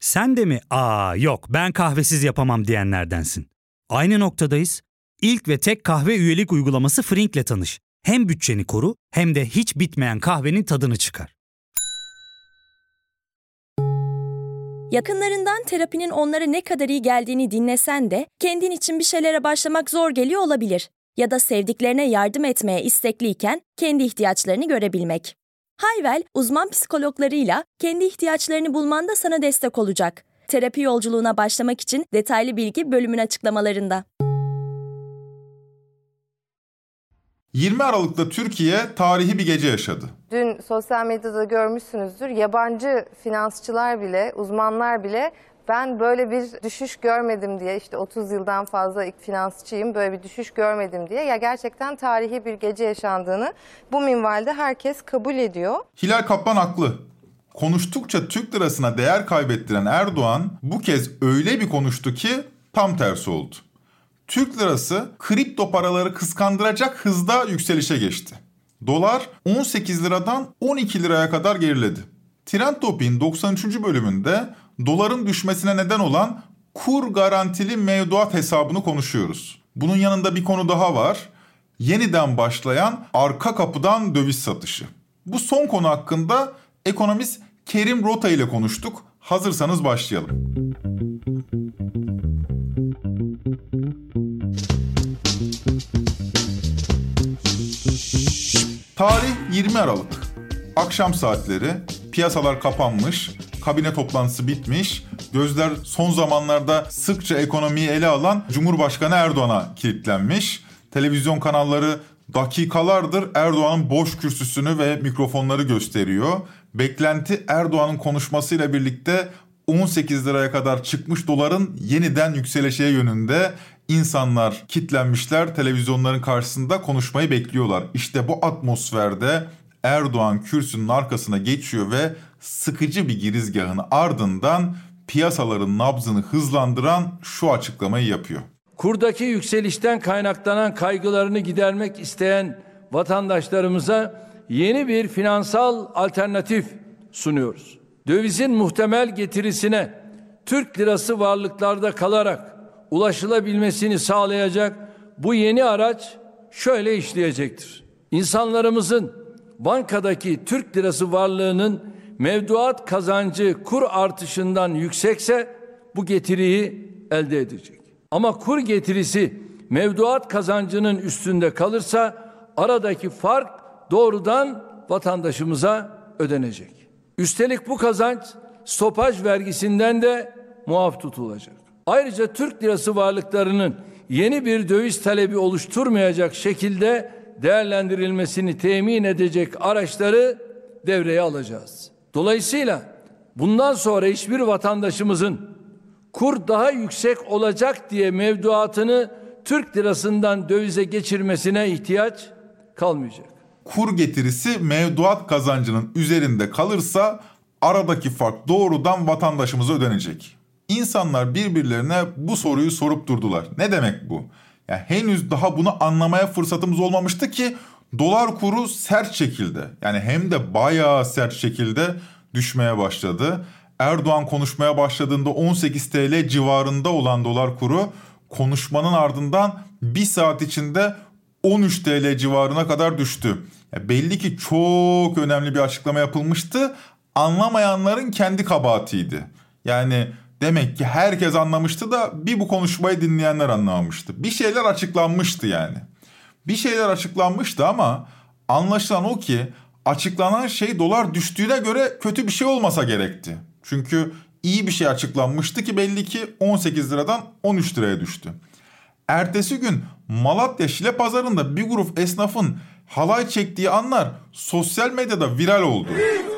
Sen de mi yok ben kahvesiz yapamam diyenlerdensin? Aynı noktadayız. İlk ve tek kahve üyelik uygulaması Frink'le tanış. Hem bütçeni koru hem de hiç bitmeyen kahvenin tadını çıkar. Yakınlarından terapinin onlara ne kadar iyi geldiğini dinlesen de kendin için bir şeylere başlamak zor geliyor olabilir. Ya da sevdiklerine yardım etmeye istekliyken kendi ihtiyaçlarını görebilmek. Hayvel, uzman psikologlarıyla kendi ihtiyaçlarını bulmanda sana destek olacak. Terapi yolculuğuna başlamak için detaylı bilgi bölümün açıklamalarında. 20 Aralık'ta Türkiye tarihi bir gece yaşadı. Dün sosyal medyada görmüşsünüzdür. Yabancı finansçılar bile, uzmanlar bile ben böyle bir düşüş görmedim diye, işte 30 yıldan fazla finansçıyım, böyle bir düşüş görmedim diye. Ya gerçekten tarihi bir gece yaşandığını bu minvalde herkes kabul ediyor. Hilal Kaplan haklı. Konuştukça Türk lirasına değer kaybettiren Erdoğan bu kez öyle bir konuştu ki tam tersi oldu. Türk lirası kripto paraları kıskandıracak hızda yükselişe geçti. Dolar 18 liradan 12 liraya kadar geriledi. Trend Topik'in 93. bölümünde doların düşmesine neden olan kur garantili mevduat hesabını konuşuyoruz. Bunun yanında bir konu daha var. Yeniden başlayan arka kapıdan döviz satışı. Bu son konu hakkında ekonomist Kerim Rota ile konuştuk. Hazırsanız başlayalım. Tarih 20 Aralık. Akşam saatleri, piyasalar kapanmış, kabine toplantısı bitmiş, gözler son zamanlarda sıkça ekonomiyi ele alan Cumhurbaşkanı Erdoğan'a kilitlenmiş. Televizyon kanalları dakikalardır Erdoğan'ın boş kürsüsünü ve mikrofonları gösteriyor. Beklenti Erdoğan'ın konuşmasıyla birlikte 18 liraya kadar çıkmış doların yeniden yükselişe yönünde. İnsanlar kitlenmişler, televizyonların karşısında konuşmayı bekliyorlar. İşte bu atmosferde Erdoğan kürsünün arkasına geçiyor ve sıkıcı bir girizgahın ardından piyasaların nabzını hızlandıran şu açıklamayı yapıyor. Kurdaki yükselişten kaynaklanan kaygılarını gidermek isteyen vatandaşlarımıza yeni bir finansal alternatif sunuyoruz. Dövizin muhtemel getirisine Türk lirası varlıklarda kalarak ulaşılabilmesini sağlayacak bu yeni araç şöyle işleyecektir. İnsanlarımızın bankadaki Türk lirası varlığının mevduat kazancı kur artışından yüksekse bu getiriyi elde edecek. Ama kur getirisi mevduat kazancının üstünde kalırsa aradaki fark doğrudan vatandaşımıza ödenecek. Üstelik bu kazanç stopaj vergisinden de muaf tutulacak. Ayrıca Türk lirası varlıklarının yeni bir döviz talebi oluşturmayacak şekilde değerlendirilmesini temin edecek araçları devreye alacağız. Dolayısıyla bundan sonra hiçbir vatandaşımızın kur daha yüksek olacak diye mevduatını Türk lirasından dövize geçirmesine ihtiyaç kalmayacak. Kur getirisi mevduat kazancının üzerinde kalırsa aradaki fark doğrudan vatandaşımıza ödenecek. İnsanlar birbirlerine bu soruyu sorup durdular. Ne demek bu? Ya henüz daha bunu anlamaya fırsatımız olmamıştı ki dolar kuru sert şekilde, yani hem de bayağı sert şekilde düşmeye başladı. Erdoğan konuşmaya başladığında 18 TL civarında olan dolar kuru konuşmanın ardından bir saat içinde 13 TL civarına kadar düştü. Ya belli ki çok önemli bir açıklama yapılmıştı. Anlamayanların kendi kabahatiydi. Yani demek ki herkes anlamıştı da bir bu konuşmayı dinleyenler anlamamıştı. Bir şeyler açıklanmıştı yani. Bir şeyler açıklanmıştı ama anlaşılan o ki açıklanan şey dolar düştüğüne göre kötü bir şey olmasa gerekti. Çünkü iyi bir şey açıklanmıştı ki belli ki 18 liradan 13 liraya düştü. Ertesi gün Malatya Şile Pazarı'nda bir grup esnafın halay çektiği anlar sosyal medyada viral oldu.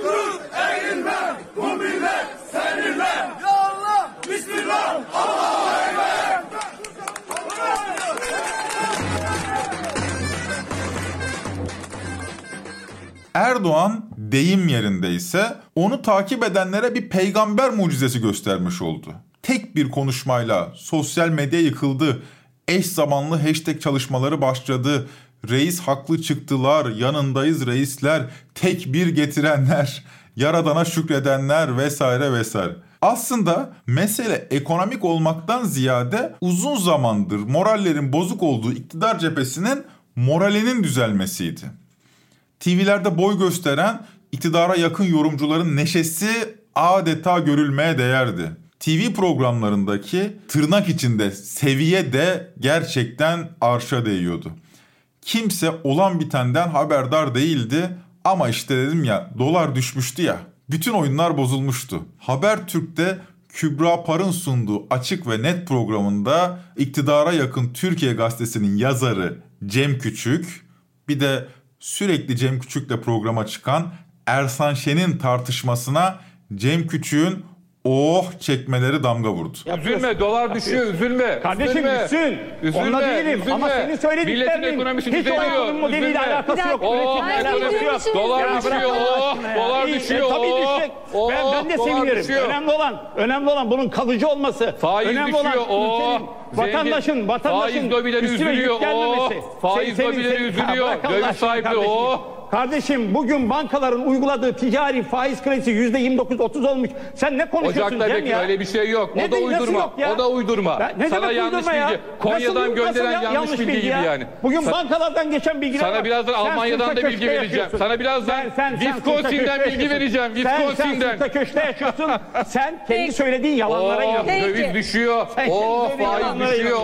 Erdoğan deyim yerindeyse onu takip edenlere bir peygamber mucizesi göstermiş oldu. Tek bir konuşmayla sosyal medya yıkıldı. Eş zamanlı hashtag çalışmaları başladı. Reis haklı çıktılar, yanındayız reisler, tek bir getirenler, yaradana şükredenler vesaire vesaire. Aslında mesele ekonomik olmaktan ziyade uzun zamandır morallerin bozuk olduğu iktidar cephesinin moralinin düzelmesiydi. TV'lerde boy gösteren iktidara yakın yorumcuların neşesi adeta görülmeye değerdi. TV programlarındaki tırnak içinde seviye de gerçekten arşa değiyordu. Kimse olan bitenden haberdar değildi ama işte dedim ya, dolar düşmüştü ya, bütün oyunlar bozulmuştu. Habertürk'te Kübra Par'ın sunduğu Açık ve Net programında iktidara yakın Türkiye Gazetesi'nin yazarı Cem Küçük, bir de sürekli Cem Küçük'le programa çıkan Ersan Şen'in tartışmasına Cem Küçük'ün çekmeleri damga vurdu. Üzülme, dolar düşüyor, üzülme. Kardeşim üzsün. Onunla değilim ama senin söylediklerinin hiç o modeliyle alakası yok. Üretimle alakası yok. Dolar düşüyor, dolar düşüyor. Tabii düşecek. Ben de sevinirim. Önemli olan bunun kalıcı olması. Faiz önemli düşüyor, olan vatandaşın faiz lobileri üzülüyor, faiz lobileri üzülüyor. Döviz sahipleri, Kardeşim bugün bankaların uyguladığı ticari faiz kredisi %29-30 olmuş. Sen ne konuşuyorsun Cem ya? Öyle bir şey yok. O da uydurma. O da uydurma. Sana yanlış bilgi. Konya'dan gönderen yanlış bilgi gibi yani. Bugün bankalardan geçen bilgiler var. Sana birazdan Almanya'dan da bilgi vereceğim. Sana birazdan Wisconsin'den bilgi vereceğim. Wisconsin'den. Sen köşte yaşıyorsun. Sen kendi söylediğin yalanlara inanıyorsun. Döviz düşüyor. Faiz düşüyor.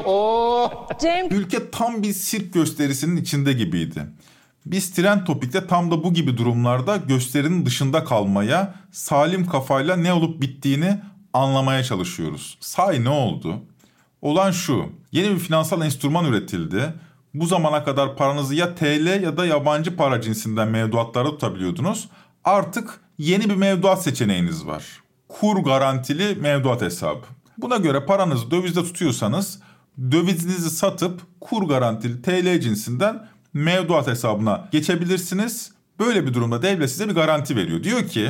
Ülke tam bir sirk gösterisinin içinde gibiydi. Biz Trend Topik'te tam da bu gibi durumlarda gösterinin dışında kalmaya, salim kafayla ne olup bittiğini anlamaya çalışıyoruz. Sahi ne oldu? Olan şu: yeni bir finansal enstrüman üretildi. Bu zamana kadar paranızı ya TL ya da yabancı para cinsinden mevduatlarda tutabiliyordunuz. Artık yeni bir mevduat seçeneğiniz var. Kur garantili mevduat hesabı. Buna göre paranızı dövizde tutuyorsanız dövizinizi satıp kur garantili TL cinsinden mevduat hesabına geçebilirsiniz. Böyle bir durumda devlet size bir garanti veriyor. Diyor ki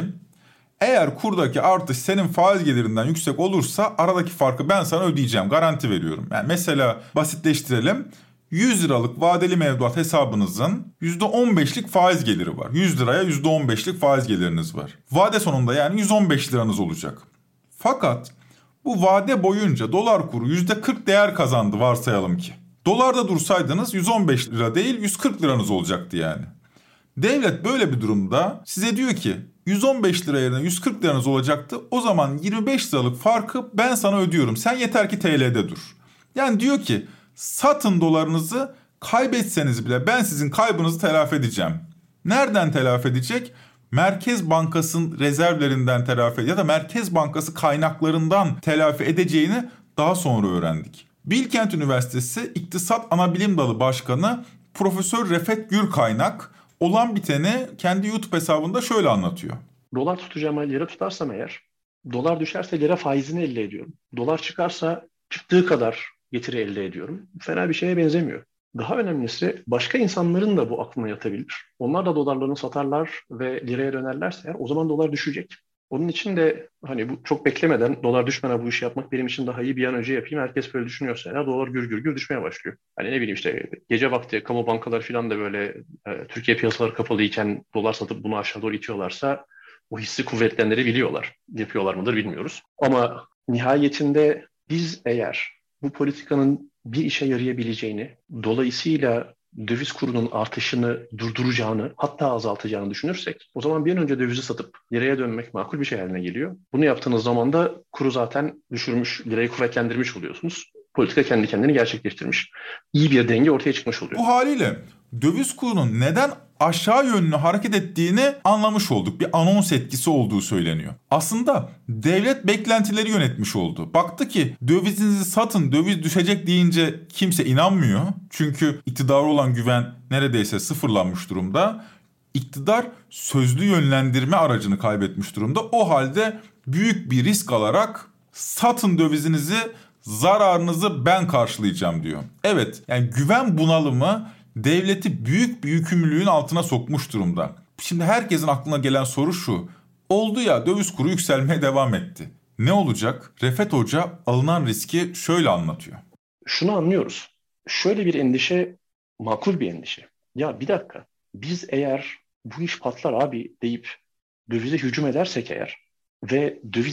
eğer kurdaki artış senin faiz gelirinden yüksek olursa aradaki farkı ben sana ödeyeceğim. Garanti veriyorum. Yani mesela basitleştirelim. 100 liralık vadeli mevduat hesabınızın %15'lik faiz geliri var. 100 liraya %15'lik faiz geliriniz var. Vade sonunda yani 115 liranız olacak. Fakat bu vade boyunca dolar kuru %40 değer kazandı varsayalım ki. Dolarda dursaydınız 115 lira değil 140 liranız olacaktı yani. Devlet böyle bir durumda size diyor ki 115 lira yerine 140 liranız olacaktı. O zaman 25 liralık farkı ben sana ödüyorum. Sen yeter ki TL'de dur. Yani diyor ki satın dolarınızı, kaybetseniz bile ben sizin kaybınızı telafi edeceğim. Nereden telafi edecek? Merkez Bankası'nın rezervlerinden telafi ya da Merkez Bankası kaynaklarından telafi edeceğini daha sonra öğrendik. Bilkent Üniversitesi İktisat Anabilim Dalı Başkanı Profesör Refet Gürkaynak olan biteni kendi YouTube hesabında şöyle anlatıyor. Dolar tutacağıma lira tutarsam eğer, dolar düşerse lira faizini elde ediyorum. Dolar çıkarsa çıktığı kadar getiri elde ediyorum. Fena bir şeye benzemiyor. Daha önemlisi başka insanların da bu aklına yatabilir. Onlar da dolarlarını satarlar ve liraya dönerlerse eğer o zaman dolar düşecek. Onun için de hani bu çok beklemeden dolar düşmeden bu işi yapmak benim için daha iyi, bir an önce yapayım. Herkes böyle düşünüyorsa eğer dolar gür düşmeye başlıyor. Hani ne bileyim işte gece vakti kamu bankaları falan da böyle Türkiye piyasaları kapalıyken dolar satıp bunu aşağı doğru itiyorlarsa o hissi kuvvetlendirebiliyorlar. Yapıyorlar mıdır bilmiyoruz. Ama nihayetinde biz eğer bu politikanın bir işe yarayabileceğini, dolayısıyla döviz kurunun artışını durduracağını, hatta azaltacağını düşünürsek o zaman bir an önce dövizi satıp liraya dönmek makul bir şey haline geliyor. Bunu yaptığınız zaman da kuru zaten düşürmüş, lirayı kuvvetlendirmiş oluyorsunuz. Politika kendi kendini gerçekleştirmiş. İyi bir denge ortaya çıkmış oluyor. Bu haliyle döviz kurunun neden aşağı yönlü hareket ettiğini anlamış olduk. Bir anons etkisi olduğu söyleniyor. Aslında devlet beklentileri yönetmiş oldu. Baktı ki dövizinizi satın, döviz düşecek deyince kimse inanmıyor. Çünkü iktidara olan güven neredeyse sıfırlanmış durumda. İktidar sözlü yönlendirme aracını kaybetmiş durumda. O halde büyük bir risk alarak satın dövizinizi, zararınızı ben karşılayacağım diyor. Evet, yani güven bunalımı devleti büyük bir yükümlülüğün altına sokmuş durumda. Şimdi herkesin aklına gelen soru şu: oldu ya, döviz kuru yükselmeye devam etti. Ne olacak? Refet Hoca alınan riski şöyle anlatıyor. Şunu anlıyoruz. Şöyle bir endişe, makul bir endişe. Ya bir dakika, biz eğer bu iş patlar abi deyip dövize hücum edersek eğer ve döviz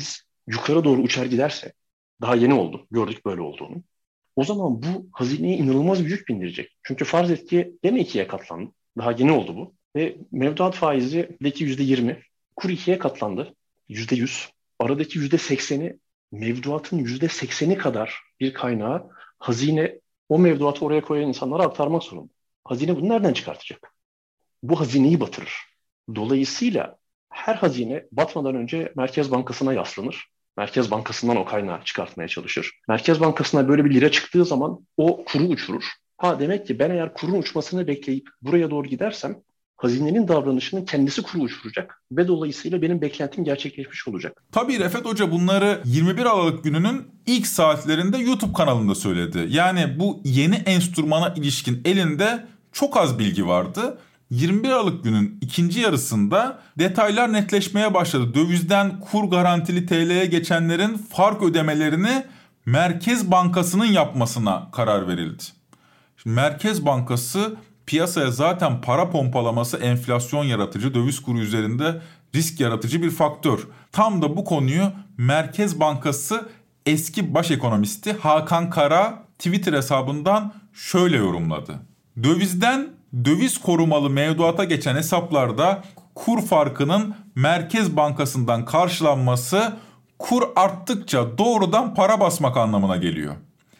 yukarı doğru uçar giderse, daha yeni oldu, gördük böyle olduğunu. O zaman bu hazineye inanılmaz bir yük bindirecek. Çünkü farz et ki gene 2'ye katlandı. Daha yeni oldu bu. Ve mevduat faizindeki %20, kur 2'ye katlandı. %100. Aradaki %80'i, mevduatın %80'i kadar bir kaynağı hazine, o mevduatı oraya koyan insanlara aktarmak zorunda. Hazine bunu nereden çıkartacak? Bu hazineyi batırır. Dolayısıyla her hazine batmadan önce Merkez Bankası'na yaslanır. Merkez Bankası'ndan o kaynağı çıkartmaya çalışır. Merkez Bankası'na böyle bir lira çıktığı zaman o kuru uçurur. Demek ki ben eğer kurun uçmasını bekleyip buraya doğru gidersem hazinenin davranışının kendisi kuru uçuracak ve dolayısıyla benim beklentim gerçekleşmiş olacak. Tabii Refet Hoca bunları 21 Aralık gününün ilk saatlerinde YouTube kanalında söyledi. Yani bu yeni enstrümana ilişkin elinde çok az bilgi vardı. 21 Aralık günün ikinci yarısında detaylar netleşmeye başladı. Dövizden kur garantili TL'ye geçenlerin fark ödemelerini Merkez Bankası'nın yapmasına karar verildi. Şimdi Merkez Bankası piyasaya zaten para pompalaması enflasyon yaratıcı, döviz kuru üzerinde risk yaratıcı bir faktör. Tam da bu konuyu Merkez Bankası eski baş ekonomisti Hakan Kara Twitter hesabından şöyle yorumladı. Dövizden döviz korumalı mevduata geçen hesaplarda kur farkının Merkez Bankası'ndan karşılanması kur arttıkça doğrudan para basmak anlamına geliyor.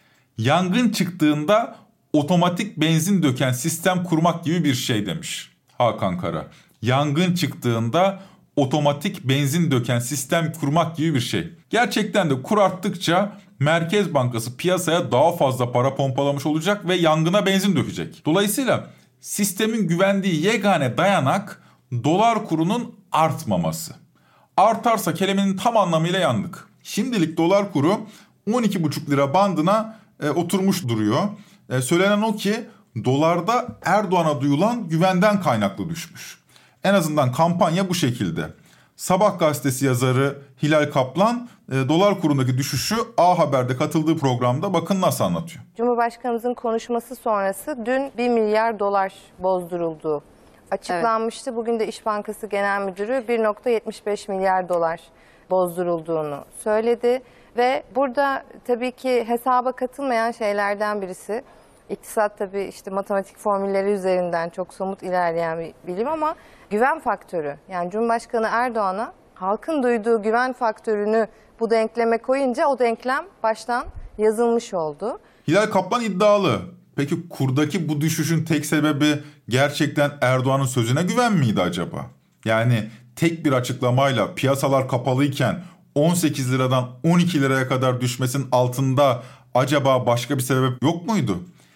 Yangın çıktığında otomatik benzin döken sistem kurmak gibi bir şey demiş Hakan Kara. Yangın çıktığında otomatik benzin döken sistem kurmak gibi bir şey. Gerçekten de kur arttıkça Merkez Bankası piyasaya daha fazla para pompalamış olacak ve yangına benzin dökecek. Dolayısıyla sistemin güvendiği yegane dayanak dolar kurunun artmaması. Artarsa kelimenin tam anlamıyla yandık. Şimdilik dolar kuru 12,5 lira bandına oturmuş duruyor. Söylenen o ki dolarda Erdoğan'a duyulan güvenden kaynaklı düşmüş. En azından kampanya bu şekilde. Sabah gazetesi yazarı Hilal Kaplan dolar kurundaki düşüşü A Haber'de katıldığı programda bakın nasıl anlatıyor. Cumhurbaşkanımızın konuşması sonrası dün 1 milyar dolar bozdurulduğu açıklanmıştı. Evet. Bugün de İş Bankası Genel Müdürü 1,75 milyar dolar bozdurulduğunu söyledi. Ve burada tabii ki hesaba katılmayan şeylerden birisi, iktisat tabii işte matematik formülleri üzerinden çok somut ilerleyen bir bilim ama güven faktörü. Yani Cumhurbaşkanı Erdoğan'a halkın duyduğu güven faktörünü bu denkleme koyunca o denklem baştan yazılmış oldu. Hilal Kaplan iddialı. Peki kurdaki bu düşüşün tek sebebi gerçekten Erdoğan'ın sözüne güven miydi acaba? Yani tek bir açıklamayla piyasalar kapalıyken 18 liradan 12 liraya kadar düşmesinin altında acaba başka bir sebep yok muydu?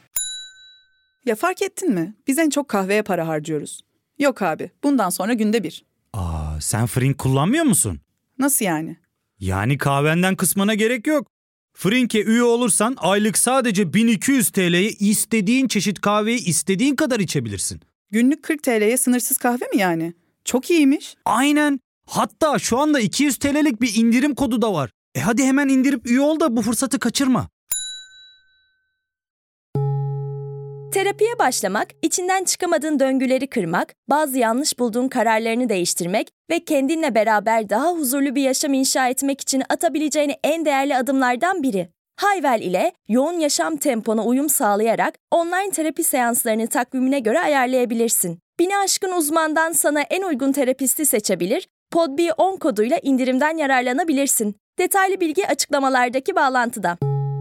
Ya fark ettin mi? Biz en çok kahveye para harcıyoruz. Yok abi, bundan sonra günde 1. Sen Frink kullanmıyor musun? Nasıl yani? Yani kahvenden kısmına gerek yok. Frink'e üye olursan aylık sadece 1200 TL'ye istediğin çeşit kahveyi istediğin kadar içebilirsin. Günlük 40 TL'ye sınırsız kahve mi yani? Çok iyiymiş. Aynen. Hatta şu anda 200 TL'lik bir indirim kodu da var. Hadi hemen indirip üye ol da bu fırsatı kaçırma. Terapiye başlamak, içinden çıkamadığın döngüleri kırmak, bazı yanlış bulduğun kararlarını değiştirmek ve kendinle beraber daha huzurlu bir yaşam inşa etmek için atabileceğin en değerli adımlardan biri. Hayvel ile yoğun yaşam tempona uyum sağlayarak online terapi seanslarını takvimine göre ayarlayabilirsin. 1000'i aşkın uzmandan sana en uygun terapisti seçebilir, PODB10 koduyla indirimden yararlanabilirsin. Detaylı bilgi açıklamalardaki bağlantıda.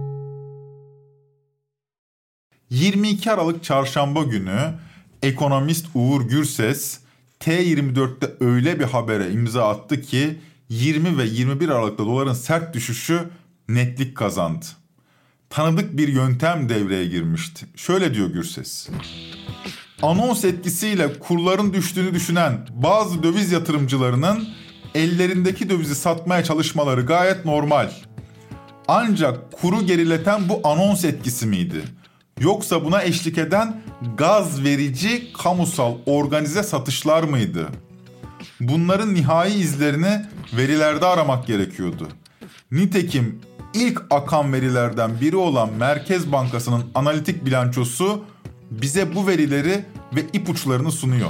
22 Aralık Çarşamba günü ekonomist Uğur Gürses T24'te öyle bir habere imza attı ki 20 ve 21 Aralık'ta doların sert düşüşü netlik kazandı. Tanıdık bir yöntem devreye girmişti. Şöyle diyor Gürses. Anons etkisiyle kurların düştüğünü düşünen bazı döviz yatırımcılarının ellerindeki dövizi satmaya çalışmaları gayet normal. Ancak kuru gerileten bu anons etkisi miydi? Yoksa buna eşlik eden gaz verici kamusal organize satışlar mıydı? Bunların nihai izlerini verilerde aramak gerekiyordu. Nitekim ilk akan verilerden biri olan Merkez Bankası'nın analitik bilançosu bize bu verileri ve ipuçlarını sunuyor.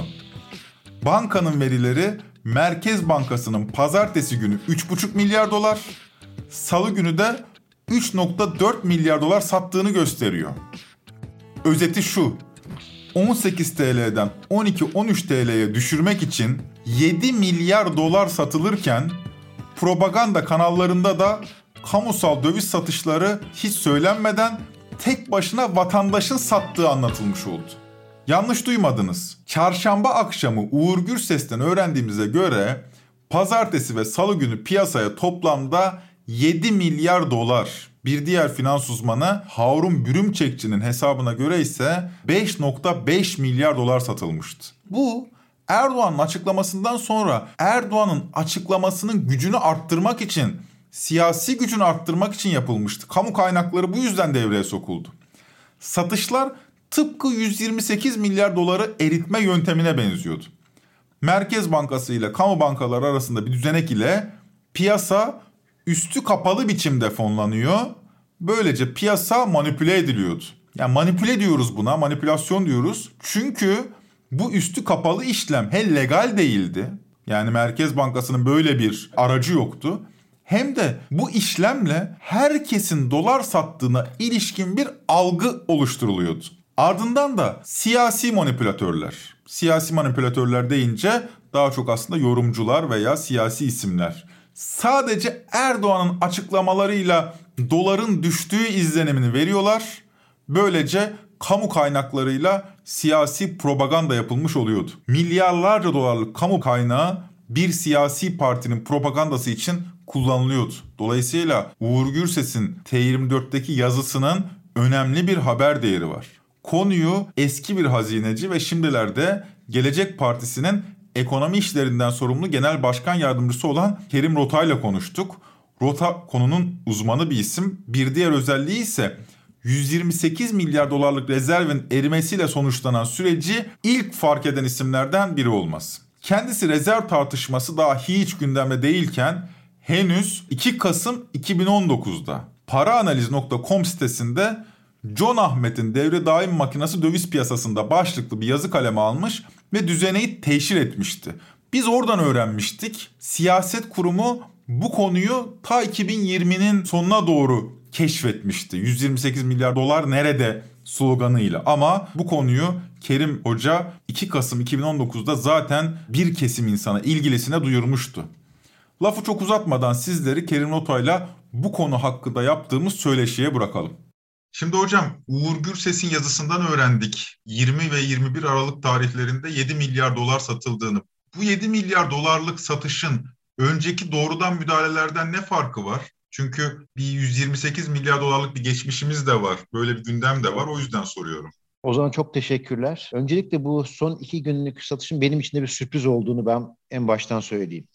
Bankanın verileri Merkez Bankası'nın pazartesi günü 3,5 milyar dolar, Salı günü de 3.4 milyar dolar sattığını gösteriyor. Özeti şu: 18 TL'den 12-13 TL'ye düşürmek için 7 milyar dolar satılırken propaganda kanallarında da kamusal döviz satışları hiç söylenmeden tek başına vatandaşın sattığı anlatılmış oldu. Yanlış duymadınız. Çarşamba akşamı Uğur Gürses'ten öğrendiğimize göre pazartesi ve salı günü piyasaya toplamda 7 milyar dolar. Bir diğer finans uzmanı Harun Bürümçekçi'nin hesabına göre ise 5.5 milyar dolar satılmıştı. Bu Erdoğan'ın açıklamasından sonra Erdoğan'ın açıklamasının gücünü arttırmak için, siyasi gücünü arttırmak için yapılmıştı. Kamu kaynakları bu yüzden devreye sokuldu. Satışlar tıpkı 128 milyar doları eritme yöntemine benziyordu. Merkez Bankası ile kamu bankaları arasında bir düzenek ile piyasa üstü kapalı biçimde fonlanıyor. Böylece piyasa manipüle ediliyordu. Yani manipüle diyoruz buna, manipülasyon diyoruz. Çünkü bu üstü kapalı işlem hem legal değildi. Yani Merkez Bankası'nın böyle bir aracı yoktu. Hem de bu işlemle herkesin dolar sattığına ilişkin bir algı oluşturuluyordu. Ardından da siyasi manipülatörler. Siyasi manipülatörler deyince daha çok aslında yorumcular veya siyasi isimler. Sadece Erdoğan'ın açıklamalarıyla doların düştüğü izlenimini veriyorlar. Böylece kamu kaynaklarıyla siyasi propaganda yapılmış oluyordu. Milyarlarca dolarlık kamu kaynağı bir siyasi partinin propagandası için kullanılıyordu. Dolayısıyla Uğur Gürses'in T24'teki yazısının önemli bir haber değeri var. Konuyu eski bir hazineci ve şimdilerde Gelecek Partisi'nin ekonomi işlerinden sorumlu genel başkan yardımcısı olan Kerim Rotay'la konuştuk. Rota konunun uzmanı bir isim. Bir diğer özelliği ise 128 milyar dolarlık rezervin erimesiyle sonuçlanan süreci ilk fark eden isimlerden biri olmaz. Kendisi rezerv tartışması daha hiç gündemde değilken henüz 2 Kasım 2019'da paraanaliz.com sitesinde John Ahmet'in devre daim makinesi döviz piyasasında başlıklı bir yazı kaleme almış ve düzeneyi teşhir etmişti. Biz oradan öğrenmiştik. Siyaset kurumu bu konuyu ta 2020'nin sonuna doğru keşfetmişti. 128 milyar dolar nerede sloganıyla. Ama bu konuyu Kerim Hoca 2 Kasım 2019'da zaten bir kesim insana, ilgilisine duyurmuştu. Lafı çok uzatmadan sizleri Kerim Rotay'la bu konu hakkında yaptığımız söyleşiye bırakalım. Şimdi hocam, Uğur Gürses'in yazısından öğrendik 20 ve 21 Aralık tarihlerinde 7 milyar dolar satıldığını. Bu 7 milyar dolarlık satışın önceki doğrudan müdahalelerden ne farkı var? Çünkü bir 128 milyar dolarlık bir geçmişimiz de var. Böyle bir gündem de var. O yüzden soruyorum. O zaman çok teşekkürler. Öncelikle bu son 2 günlük satışın benim için de bir sürpriz olduğunu ben en baştan söyleyeyim.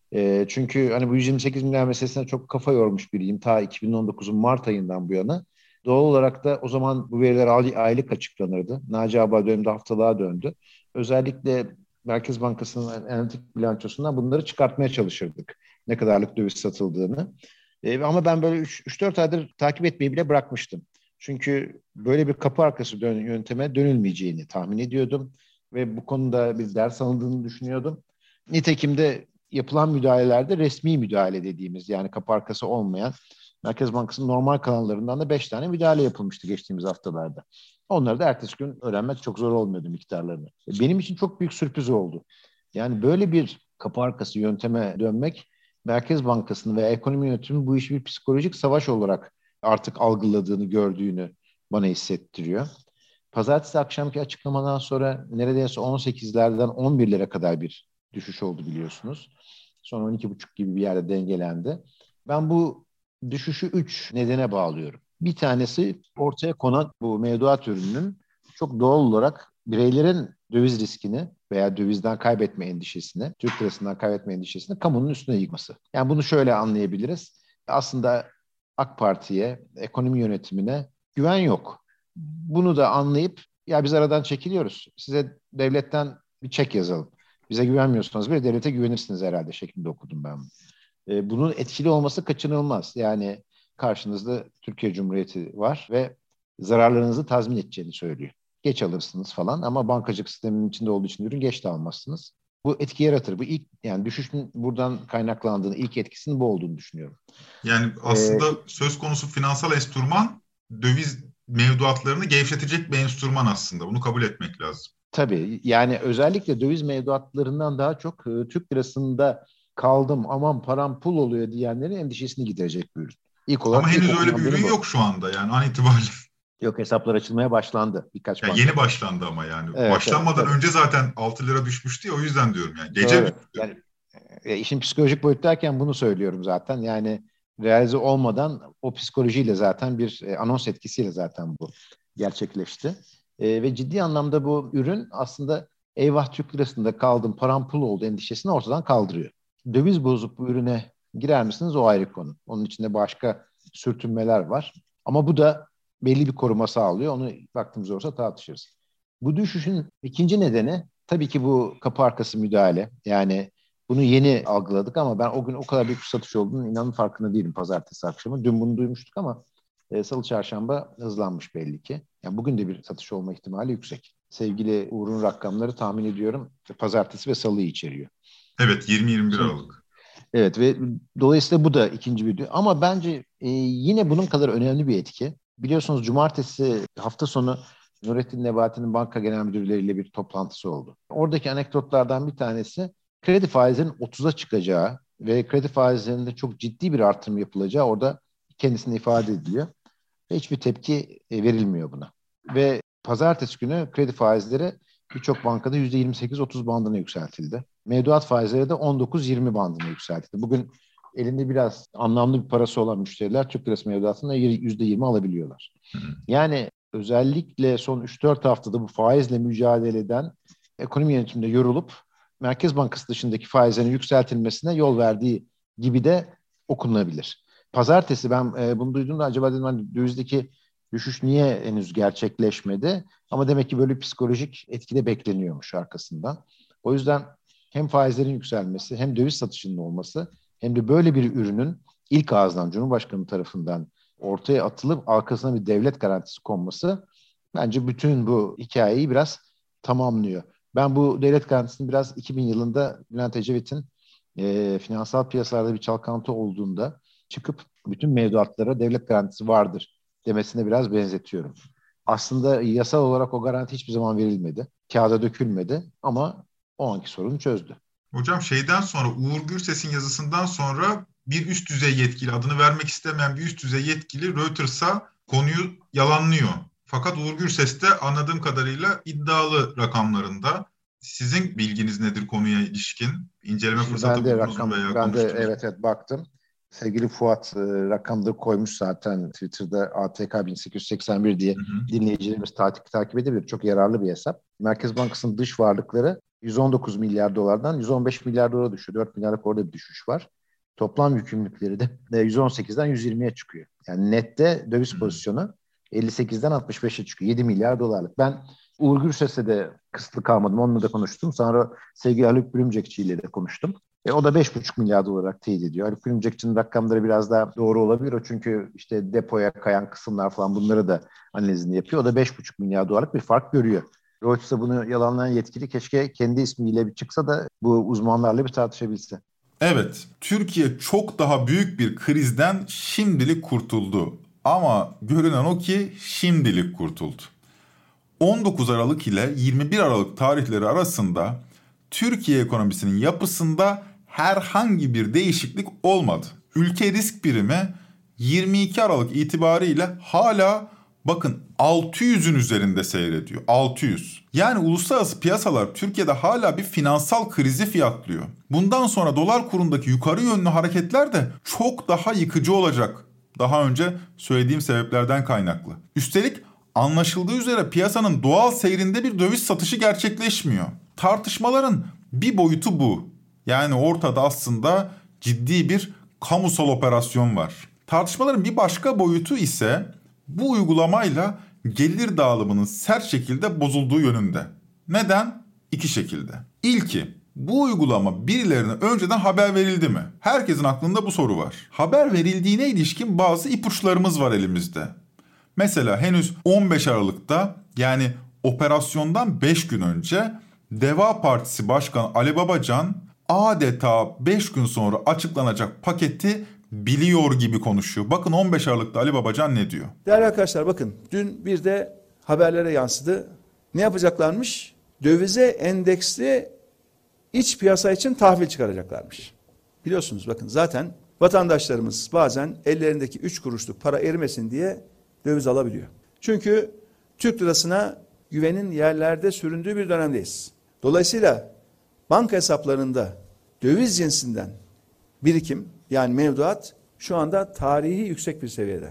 Çünkü hani bu 128 milyar meselesine çok kafa yormuş biriyim. Ta 2019'un Mart ayından bu yana. Doğal olarak da o zaman bu veriler aylık açıklanırdı. Naci Ağbay döneminde haftalığa döndü. Özellikle Merkez Bankası'nın analitik bilançosundan bunları çıkartmaya çalışırdık. Ne kadarlık döviz satıldığını. Ama ben böyle 3-4 aydır takip etmeyi bile bırakmıştım. Çünkü böyle bir kapı arkası yönteme dönülmeyeceğini tahmin ediyordum. Ve bu konuda bir ders alındığını düşünüyordum. Nitekim de yapılan müdahalelerde resmi müdahale dediğimiz, yani kapı arkası olmayan Merkez Bankası'nın normal kanallarından da 5 tane müdahale yapılmıştı geçtiğimiz haftalarda. Onları da ertesi gün öğrenmek çok zor olmuyordu miktarlarını. Benim için çok büyük sürpriz oldu. Yani böyle bir kapı arkası yönteme dönmek, Merkez Bankası'nın veya ekonomi yönetimi bu işi bir psikolojik savaş olarak artık algıladığını, gördüğünü bana hissettiriyor. Pazartesi akşamki açıklamadan sonra neredeyse 18'lerden 11'lere kadar bir düşüş oldu biliyorsunuz. Sonra 12,5 gibi bir yerde dengelendi. Ben bu düşüşü 3 nedene bağlıyorum. Bir tanesi ortaya konan bu mevduat ürününün çok doğal olarak bireylerin döviz riskini veya dövizden kaybetme endişesini, Türk lirasından kaybetme endişesini kamunun üstüne yıkması. Yani bunu şöyle anlayabiliriz. Aslında AK Parti'ye, ekonomi yönetimine güven yok. Bunu da anlayıp ya biz aradan çekiliyoruz. Size devletten bir çek yazalım. Bize güvenmiyorsanız bile devlete güvenirsiniz herhalde şeklinde okudum ben. Bunun etkili olması kaçınılmaz. Yani karşınızda Türkiye Cumhuriyeti var ve zararlarınızı tazmin edeceğini söylüyor. Geç alırsınız falan ama bankacılık sisteminin içinde olduğu için ürün geç de almazsınız. bu etki yaratır. Bu ilk, yani düşüşün buradan kaynaklandığını, ilk etkisinin bu olduğunu düşünüyorum. Yani aslında söz konusu finansal enstrüman döviz mevduatlarını gevşetecek bir enstrüman aslında. Bunu kabul etmek lazım. Tabii, yani özellikle döviz mevduatlarından daha çok Türk lirasında kaldım, aman param pul oluyor diyenlerin endişesini giderecek bir ürün. İlk olarak, ama henüz öyle bir ürün yok şu anda yani an itibariyle. Yok, hesaplar açılmaya başlandı birkaç yani yeni başlandı ama yani. Evet, başlanmadan önce zaten 6 lira düşmüştü ya, o yüzden diyorum yani. Gece yani işin psikolojik boyutu derken bunu söylüyorum zaten. Yani realize olmadan o psikolojiyle zaten bir anons etkisiyle zaten bu gerçekleşti. Ve ciddi anlamda bu ürün aslında eyvah Türk lirasında kaldım, param pul oldu endişesini ortadan kaldırıyor. Döviz bozup bu ürüne girer misiniz, o ayrı konu. Onun içinde başka sürtünmeler var. Ama bu da belli bir koruma sağlıyor. Onu vaktimiz olursa tartışırız. Bu düşüşün ikinci nedeni tabii ki bu kapı arkası müdahale. Yani bunu yeni algıladık ama ben o gün o kadar büyük bir satış olduğunu inanın farkında değilim pazartesi akşamı. Dün bunu duymuştuk ama salı çarşamba hızlanmış belli ki. Yani bugün de bir satış olma ihtimali yüksek. Sevgili Uğur'un rakamları tahmin ediyorum pazartesi ve salıyı içeriyor. Evet, 20-21 Aralık. Evet ve dolayısıyla bu da ikinci bir ama bence yine bunun kadar önemli bir etki. Biliyorsunuz cumartesi hafta sonu Nurettin Nebati'nin banka genel müdürleriyle bir toplantısı oldu. Oradaki anekdotlardan bir tanesi kredi faizlerinin 30'a çıkacağı ve kredi faizlerinde çok ciddi bir artırım yapılacağı orada kendisine ifade ediliyor. Ve hiçbir tepki verilmiyor buna. Ve pazartesi günü kredi faizleri birçok bankada %28-30 bandına yükseltildi. Mevduat faizleri de 19-20 bandına yükseltildi. Bugün elinde biraz anlamlı bir parası olan müşteriler Türk lirası mevduatında %20 alabiliyorlar. Yani özellikle son 3-4 haftada bu faizle mücadele eden ekonomi yönetiminde yorulup Merkez Bankası dışındaki faizlerin yükseltilmesine yol verdiği gibi de okunabilir. Pazartesi ben bunu duyduğumda acaba dedim hani dövizdeki düşüş niye henüz gerçekleşmedi? Ama demek ki böyle psikolojik etki de bekleniyormuş arkasından. O yüzden hem faizlerin yükselmesi hem döviz satışının olması hem de böyle bir ürünün ilk ağızdan Cumhurbaşkanı tarafından ortaya atılıp arkasına bir devlet garantisi konması bence bütün bu hikayeyi biraz tamamlıyor. Ben bu devlet garantisini biraz 2000 yılında Bülent Ecevit'in finansal piyasalarda bir çalkantı olduğunda çıkıp bütün mevduatlara devlet garantisi vardır demesine biraz benzetiyorum. Aslında yasal olarak o garanti hiçbir zaman verilmedi. Kağıda dökülmedi ama o anki sorunu çözdü. Hocam şeyden sonra Uğur Gürses'in yazısından sonra bir üst düzey yetkili, adını vermek istemeyen bir üst düzey yetkili Reuters'a konuyu yalanlıyor. Fakat Uğur Gürses de anladığım kadarıyla iddialı rakamlarında. Sizin bilginiz nedir konuya ilişkin? İnceleme fırsatı buldunuz mu veya konuştunuz? Evet baktım. Sevgili Fuat rakamları koymuş zaten Twitter'da ATK 1881 diye dinleyicilerimiz takip edebilir. Çok yararlı bir hesap. Merkez Bankası'nın dış varlıkları 119 milyar dolardan 115 milyar dolara düşüyor. 4 milyarlık orada bir düşüş var. Toplam yükümlülükleri de 118'den 120'ye çıkıyor. Yani nette döviz pozisyonu 58'den 65'e çıkıyor. 7 milyar dolarlık. Ben Uğur Gürses'e de kısıtlı kalmadım. Onunla da konuştum. Sonra sevgili Haluk Bürümcekçi ile de konuştum. O da 5,5 milyar dolar olarak teyit ediyor. Haluk Bürümcekçi'nin rakamları biraz daha doğru olabilir. O çünkü işte depoya kayan kısımlar falan bunları da analizini yapıyor. O da 5,5 milyar dolarlık bir fark görüyor. Reuters'a bunu yalanlayan yetkili keşke kendi ismiyle bir çıksa da bu uzmanlarla bir tartışabilse. Evet, Türkiye çok daha büyük bir krizden şimdilik kurtuldu. Ama görünen o ki şimdilik kurtuldu. 19 Aralık ile 21 Aralık tarihleri arasında Türkiye ekonomisinin yapısında herhangi bir değişiklik olmadı. Ülke risk birimi 22 Aralık itibariyle hala bakın 600'ün üzerinde seyrediyor. 600. Yani uluslararası piyasalar Türkiye'de hala bir finansal krizi fiyatlıyor. Bundan sonra dolar kurundaki yukarı yönlü hareketler de çok daha yıkıcı olacak. Daha önce söylediğim sebeplerden kaynaklı. Üstelik anlaşıldığı üzere piyasanın doğal seyrinde bir döviz satışı gerçekleşmiyor. Tartışmaların bir boyutu bu. Yani ortada aslında ciddi bir kamusal operasyon var. Tartışmaların bir başka boyutu ise bu uygulamayla gelir dağılımının sert şekilde bozulduğu yönünde. Neden? İki şekilde. İlki, bu uygulama birilerine önceden haber verildi mi? Herkesin aklında bu soru var. Haber verildiğine ilişkin bazı ipuçlarımız var elimizde. Mesela henüz 15 Aralık'ta yani operasyondan 5 gün önce Deva Partisi Başkanı Ali Babacan adeta 5 gün sonra açıklanacak paketi biliyor gibi konuşuyor. Bakın 15 Aralık'ta Ali Babacan ne diyor? Değerli arkadaşlar, bakın dün bir de haberlere yansıdı. Ne yapacaklarmış? Dövize endeksli iç piyasa için tahvil çıkaracaklarmış. Biliyorsunuz, bakın zaten vatandaşlarımız bazen ellerindeki 3 kuruşluk para erimesin diye döviz alabiliyor. Çünkü Türk lirasına güvenin yerlerde süründüğü bir dönemdeyiz. Dolayısıyla banka hesaplarında döviz cinsinden birikim, yani mevduat şu anda tarihi yüksek bir seviyede.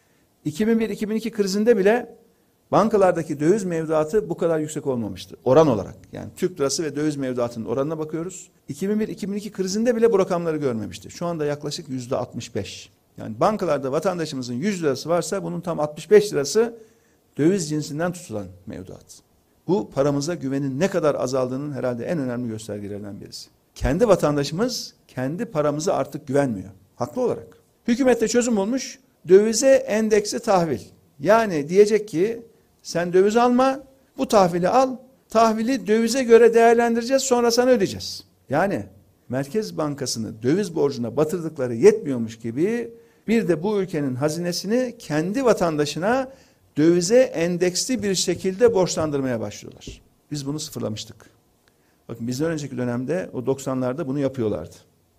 2001-2002 krizinde bile bankalardaki döviz mevduatı bu kadar yüksek olmamıştı. Oran olarak, yani Türk lirası ve döviz mevduatının oranına bakıyoruz. 2001-2002 krizinde bile bu rakamları görmemişti. Şu anda yaklaşık %65. Yani bankalarda vatandaşımızın 100 lirası varsa bunun tam 65 lirası döviz cinsinden tutulan mevduat. Bu paramıza güvenin ne kadar azaldığının herhalde en önemli göstergelerinden birisi. Kendi vatandaşımız kendi paramıza artık güvenmiyor. Haklı olarak. Hükümet de çözüm bulmuş. Dövize endeksli tahvil. Yani diyecek ki sen döviz alma, bu tahvili al. Tahvili dövize göre değerlendireceğiz, sonra sana ödeyeceğiz. Yani Merkez Bankası'nı döviz borcuna batırdıkları yetmiyormuş gibi bir de bu ülkenin hazinesini kendi vatandaşına dövize endeksli bir şekilde borçlandırmaya başlıyorlar. Biz bunu sıfırlamıştık. Bakın bizden önceki dönemde o 90'larda bunu yapıyorlardı.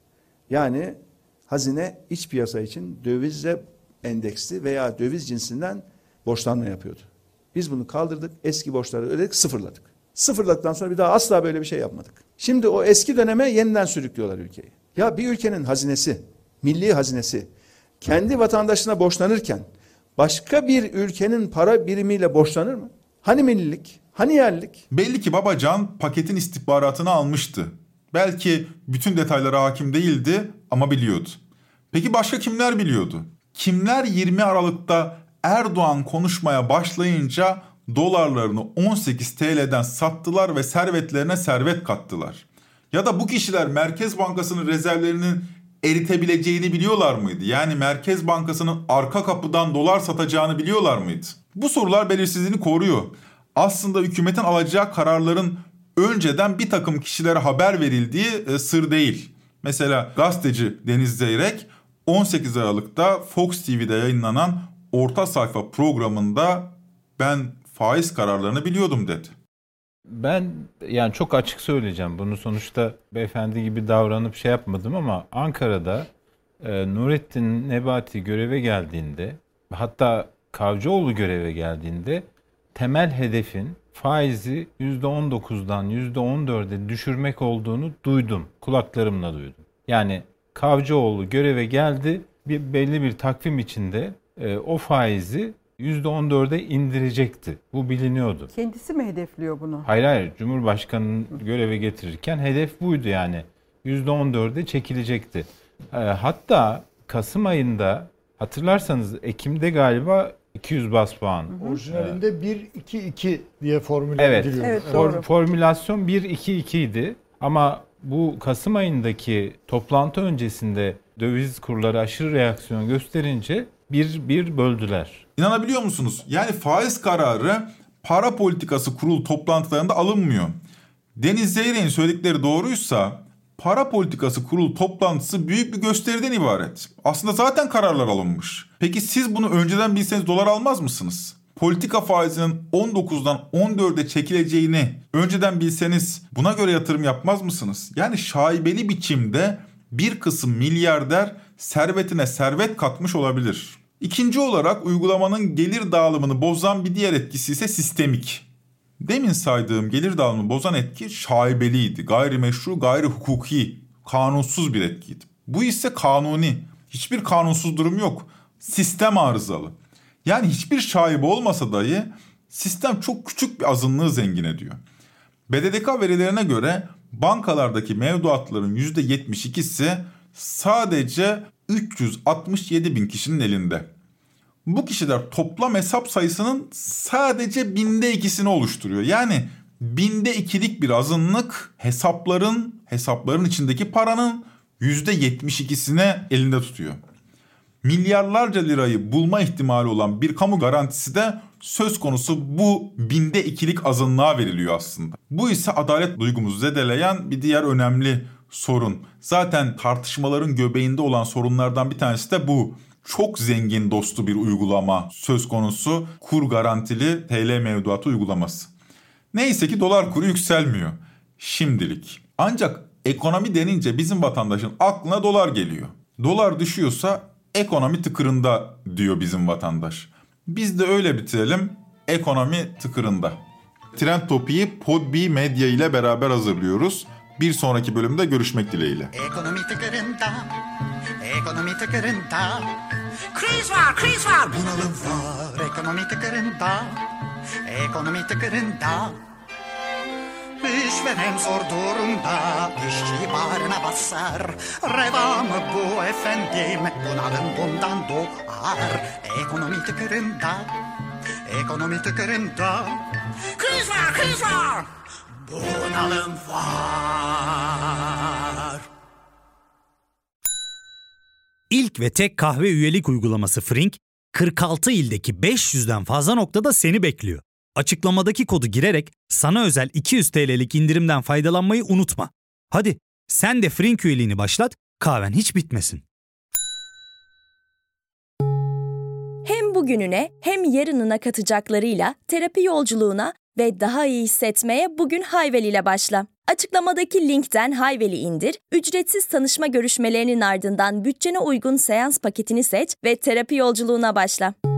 Yani hazine iç piyasa için dövize endeksli veya döviz cinsinden borçlanma yapıyordu. Biz bunu kaldırdık, eski borçları ödedik, sıfırladık. Sıfırladıktan sonra bir daha asla böyle bir şey yapmadık. Şimdi o eski döneme yeniden sürüklüyorlar ülkeyi. Ya bir ülkenin hazinesi, milli hazinesi kendi vatandaşına borçlanırken başka bir ülkenin para birimiyle borçlanır mı? Hani millilik, hani yerlilik? Belli ki Babacan paketin istihbaratını almıştı. Belki bütün detaylara hakim değildi ama biliyordu. Peki başka kimler biliyordu? Kimler 20 Aralık'ta Erdoğan konuşmaya başlayınca dolarlarını 18 TL'den sattılar ve servetlerine servet kattılar? Ya da bu kişiler Merkez Bankası'nın rezervlerinin eritebileceğini biliyorlar mıydı? Yani Merkez Bankası'nın arka kapıdan dolar satacağını biliyorlar mıydı? Bu sorular belirsizliğini koruyor. Aslında hükümetin alacağı kararların önceden bir takım kişilere haber verildiği sır değil. Mesela gazeteci Deniz Zeyrek 18 Aralık'ta Fox TV'de yayınlanan Orta Sayfa programında ben faiz kararlarını biliyordum dedi. Ben yani çok açık söyleyeceğim. Bunu sonuçta beyefendi gibi davranıp şey yapmadım ama Ankara'da Nurettin Nebati göreve geldiğinde, hatta Kavcıoğlu göreve geldiğinde temel hedefin faizi %19'dan %14'e düşürmek olduğunu duydum. Kulaklarımla duydum. Yani Kavcıoğlu göreve geldi, belli bir takvim içinde o faizi %14'e indirecekti. Bu biliniyordu. Kendisi mi hedefliyor bunu? Hayır. Cumhurbaşkanı'nın göreve getirirken hedef buydu yani. %14'e çekilecekti. Hatta Kasım ayında hatırlarsanız Ekim'de galiba 200 bas puan. Orijinalinde 1-2-2 diye formüle ediliyor. Evet, formülasyon 1-2-2 idi. Ama bu Kasım ayındaki toplantı öncesinde döviz kurları aşırı reaksiyon gösterince bir böldüler. İnanabiliyor musunuz? Yani faiz kararı para politikası kurulu toplantılarında alınmıyor. Deniz Zeyrek'in söyledikleri doğruysa para politikası kurulu toplantısı büyük bir gösteriden ibaret. Aslında zaten kararlar alınmış. Peki siz bunu önceden bilseniz dolar almaz mısınız? Politika faizinin 19'dan 14'e çekileceğini önceden bilseniz buna göre yatırım yapmaz mısınız? Yani şaibeli biçimde bir kısım milyarder servetine servet katmış olabilir. İkinci olarak uygulamanın gelir dağılımını bozan bir diğer etkisi ise sistemik. Demin saydığım gelir dağılımını bozan etki şaibeliydi. Gayrimeşru, gayri hukuki, kanunsuz bir etkiydi. Bu ise kanuni. Hiçbir kanunsuz durum yok. Sistem arızalı. Yani hiçbir şaibe olmasa dahi sistem çok küçük bir azınlığı zengin ediyor. BDDK verilerine göre bankalardaki mevduatların %72'si sadece 367 bin kişinin elinde. Bu kişiler toplam hesap sayısının sadece 2'sini oluşturuyor. Yani 2'lik bir azınlık hesapların içindeki paranın %72'sini elinde tutuyor. Milyarlarca lirayı bulma ihtimali olan bir kamu garantisi de söz konusu bu binde ikilik azınlığa veriliyor aslında. Bu ise adalet duygumuzu zedeleyen bir diğer önemli sorun. Zaten tartışmaların göbeğinde olan sorunlardan bir tanesi de bu. Çok zengin dostu bir uygulama söz konusu, kur garantili TL mevduatı uygulaması. Neyse ki dolar kuru yükselmiyor şimdilik. Ancak ekonomi denince bizim vatandaşın aklına dolar geliyor. Dolar düşüyorsa ekonomi tıkırında diyor bizim vatandaş. Biz de öyle bitirelim, ekonomi tıkırında. Trend Topi'yi Podbi Medya ile beraber hazırlıyoruz. Bir sonraki bölümde görüşmek dileğiyle. Ekonomi tıkırında, ekonomi tıkırında. Kriz var, bunalım var. Ekonomi tıkırında, ekonomi tıkırında. İşveren zor durumda, işçi bağrına basar. Reva mı bu efendim, bunalım bundan doğar. Ekonomi tıkırında, ekonomi tıkırında. Kriz var, bunalım var. İlk ve tek kahve üyelik uygulaması Frink, 46 ildeki 500'den fazla noktada seni bekliyor. Açıklamadaki kodu girerek sana özel 200 TL'lik indirimden faydalanmayı unutma. Hadi sen de Frink üyeliğini başlat, kahven hiç bitmesin. Hem bugününe hem yarınına katacaklarıyla terapi yolculuğuna ve daha iyi hissetmeye bugün Hayvel ile başla. Açıklamadaki linkten Hayvel'i indir, ücretsiz tanışma görüşmelerinin ardından bütçene uygun seans paketini seç ve terapi yolculuğuna başla.